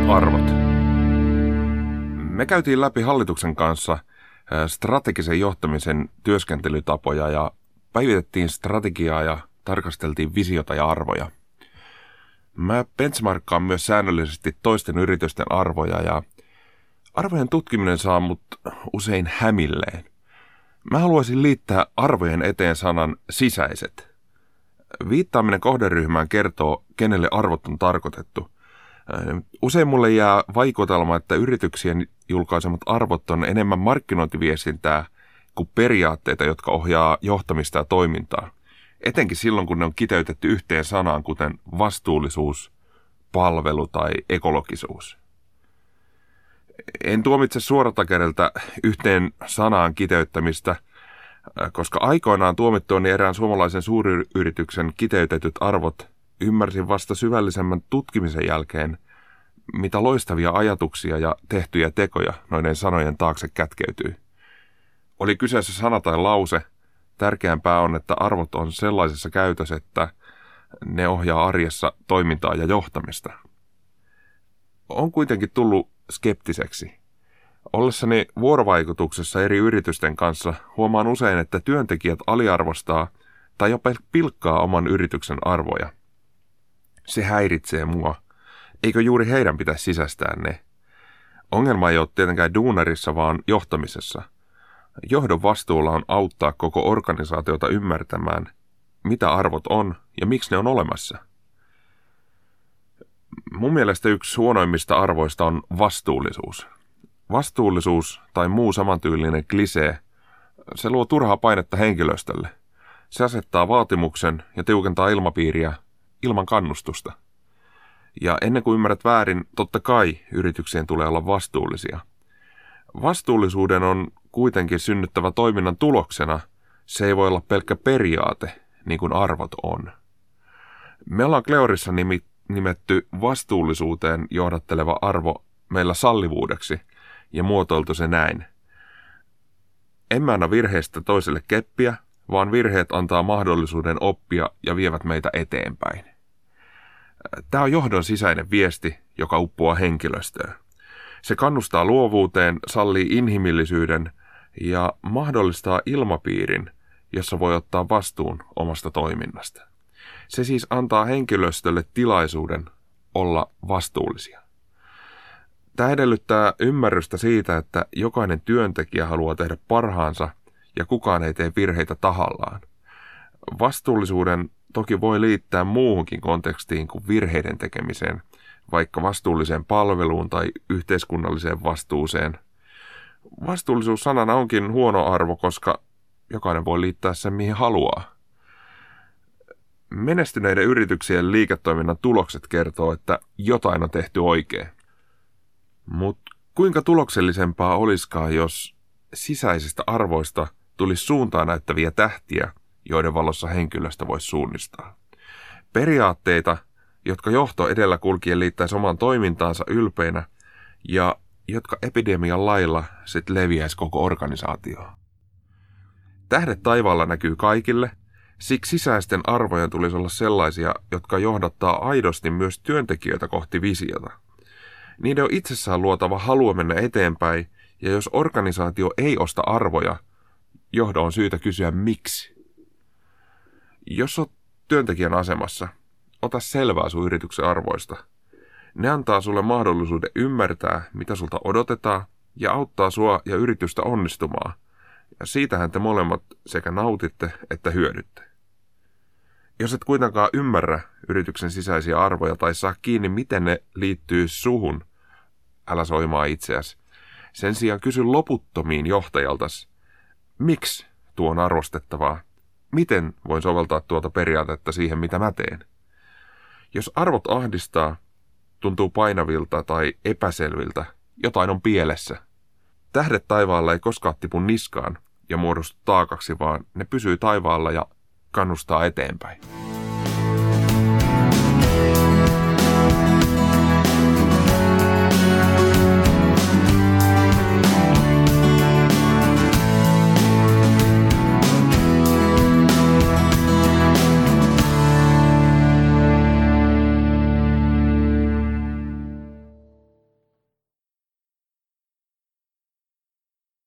Arvot. Me käytiin läpi hallituksen kanssa strategisen johtamisen työskentelytapoja ja päivitettiin strategiaa ja tarkasteltiin visiota ja arvoja. Mä benchmarkkaan myös säännöllisesti toisten yritysten arvoja ja arvojen tutkiminen saa mut usein hämilleen. Mä haluaisin liittää arvojen eteen sanan sisäiset. Viittaaminen kohderyhmään kertoo, kenelle arvot on tarkoitettu. Usein mulle jää vaikutelma, että yrityksien julkaisemat arvot on enemmän markkinointiviestintää kuin periaatteita, jotka ohjaa johtamista ja toimintaa. Etenkin silloin, kun ne on kiteytetty yhteen sanaan, kuten vastuullisuus, palvelu tai ekologisuus. En tuomitse suoratakereltä yhteen sanaan kiteyttämistä, koska aikoinaan tuomittuani erään suomalaisen suuryrityksen kiteytetyt arvot ymmärsin vasta syvällisemmän tutkimisen jälkeen, mitä loistavia ajatuksia ja tehtyjä tekoja noiden sanojen taakse kätkeytyy. Oli kyseessä sana tai lause, tärkeämpää on, että arvot on sellaisessa käytössä, että ne ohjaa arjessa toimintaa ja johtamista. On kuitenkin tullut skeptiseksi. Ollessani vuorovaikutuksessa eri yritysten kanssa huomaan usein, että työntekijät aliarvostaa tai jopa pilkkaa oman yrityksen arvoja. Se häiritsee mua. Eikö juuri heidän pitäisi sisäistää ne? Ongelma ei ole tietenkään duunarissa, vaan johtamisessa. Johdon vastuulla on auttaa koko organisaatiota ymmärtämään, mitä arvot on ja miksi ne on olemassa. Mun mielestä yksi huonoimmista arvoista on vastuullisuus. Vastuullisuus tai muu samantyylinen klisee, se luo turhaa painetta henkilöstölle. Se asettaa vaatimuksen ja tiukentaa ilmapiiriä ilman kannustusta. Ja ennen kuin ymmärrät väärin, totta kai yrityksien tulee olla vastuullisia. Vastuullisuuden on kuitenkin synnyttävä toiminnan tuloksena. Se ei voi olla pelkkä periaate, niin kuin arvot on. Me ollaan Kleorissa nimetty vastuullisuuteen johdatteleva arvo meillä sallivuudeksi ja muotoiltu se näin. Emme anna virheistä toiselle keppiä, vaan virheet antaa mahdollisuuden oppia ja vievät meitä eteenpäin. Tämä on johdon sisäinen viesti, joka uppoaa henkilöstöön. Se kannustaa luovuuteen, sallii inhimillisyyden ja mahdollistaa ilmapiirin, jossa voi ottaa vastuun omasta toiminnasta. Se siis antaa henkilöstölle tilaisuuden olla vastuullisia. Tämä edellyttää ymmärrystä siitä, että jokainen työntekijä haluaa tehdä parhaansa ja kukaan ei tee virheitä tahallaan. Vastuullisuuden toki voi liittää muuhunkin kontekstiin kuin virheiden tekemiseen, vaikka vastuulliseen palveluun tai yhteiskunnalliseen vastuuseen. Vastuullisuus sanana onkin huono arvo, koska jokainen voi liittää sen mihin haluaa. Menestyneiden yrityksien liiketoiminnan tulokset kertoo, että jotain on tehty oikein. Mutta kuinka tuloksellisempaa olisikaan, jos sisäisistä arvoista tulisi suuntaan näyttäviä tähtiä, joiden valossa henkilöstä voisi suunnistaa. Periaatteita, jotka johto edellä kulkien liittäisi oman toimintaansa ylpeinä ja jotka epidemian lailla sitten leviäisi koko organisaatioon. Tähdet taivaalla näkyy kaikille, siksi sisäisten arvojen tulisi olla sellaisia, jotka johdattaa aidosti myös työntekijöitä kohti visiota. Niiden on itsessään luotava halua mennä eteenpäin, ja jos organisaatio ei osta arvoja, johdon on syytä kysyä miksi. Jos olet työntekijän asemassa, ota selvää sun yrityksen arvoista. Ne antaa sulle mahdollisuuden ymmärtää, mitä sulta odotetaan, ja auttaa sua ja yritystä onnistumaan. Ja siitähän te molemmat sekä nautitte että hyödytte. Jos et kuitenkaan ymmärrä yrityksen sisäisiä arvoja tai saa kiinni, miten ne liittyy suhun, älä soimaa itseäsi. Sen sijaan kysy loputtomiin johtajaltas, miksi tuo on arvostettavaa? Miten voin soveltaa tuota periaatetta siihen, mitä mä teen? Jos arvot ahdistaa, tuntuu painavilta tai epäselviltä, jotain on pielessä. Tähdet taivaalla ei koskaan tipu niskaan ja muodostu taakaksi, vaan ne pysyy taivaalla ja kannustaa eteenpäin.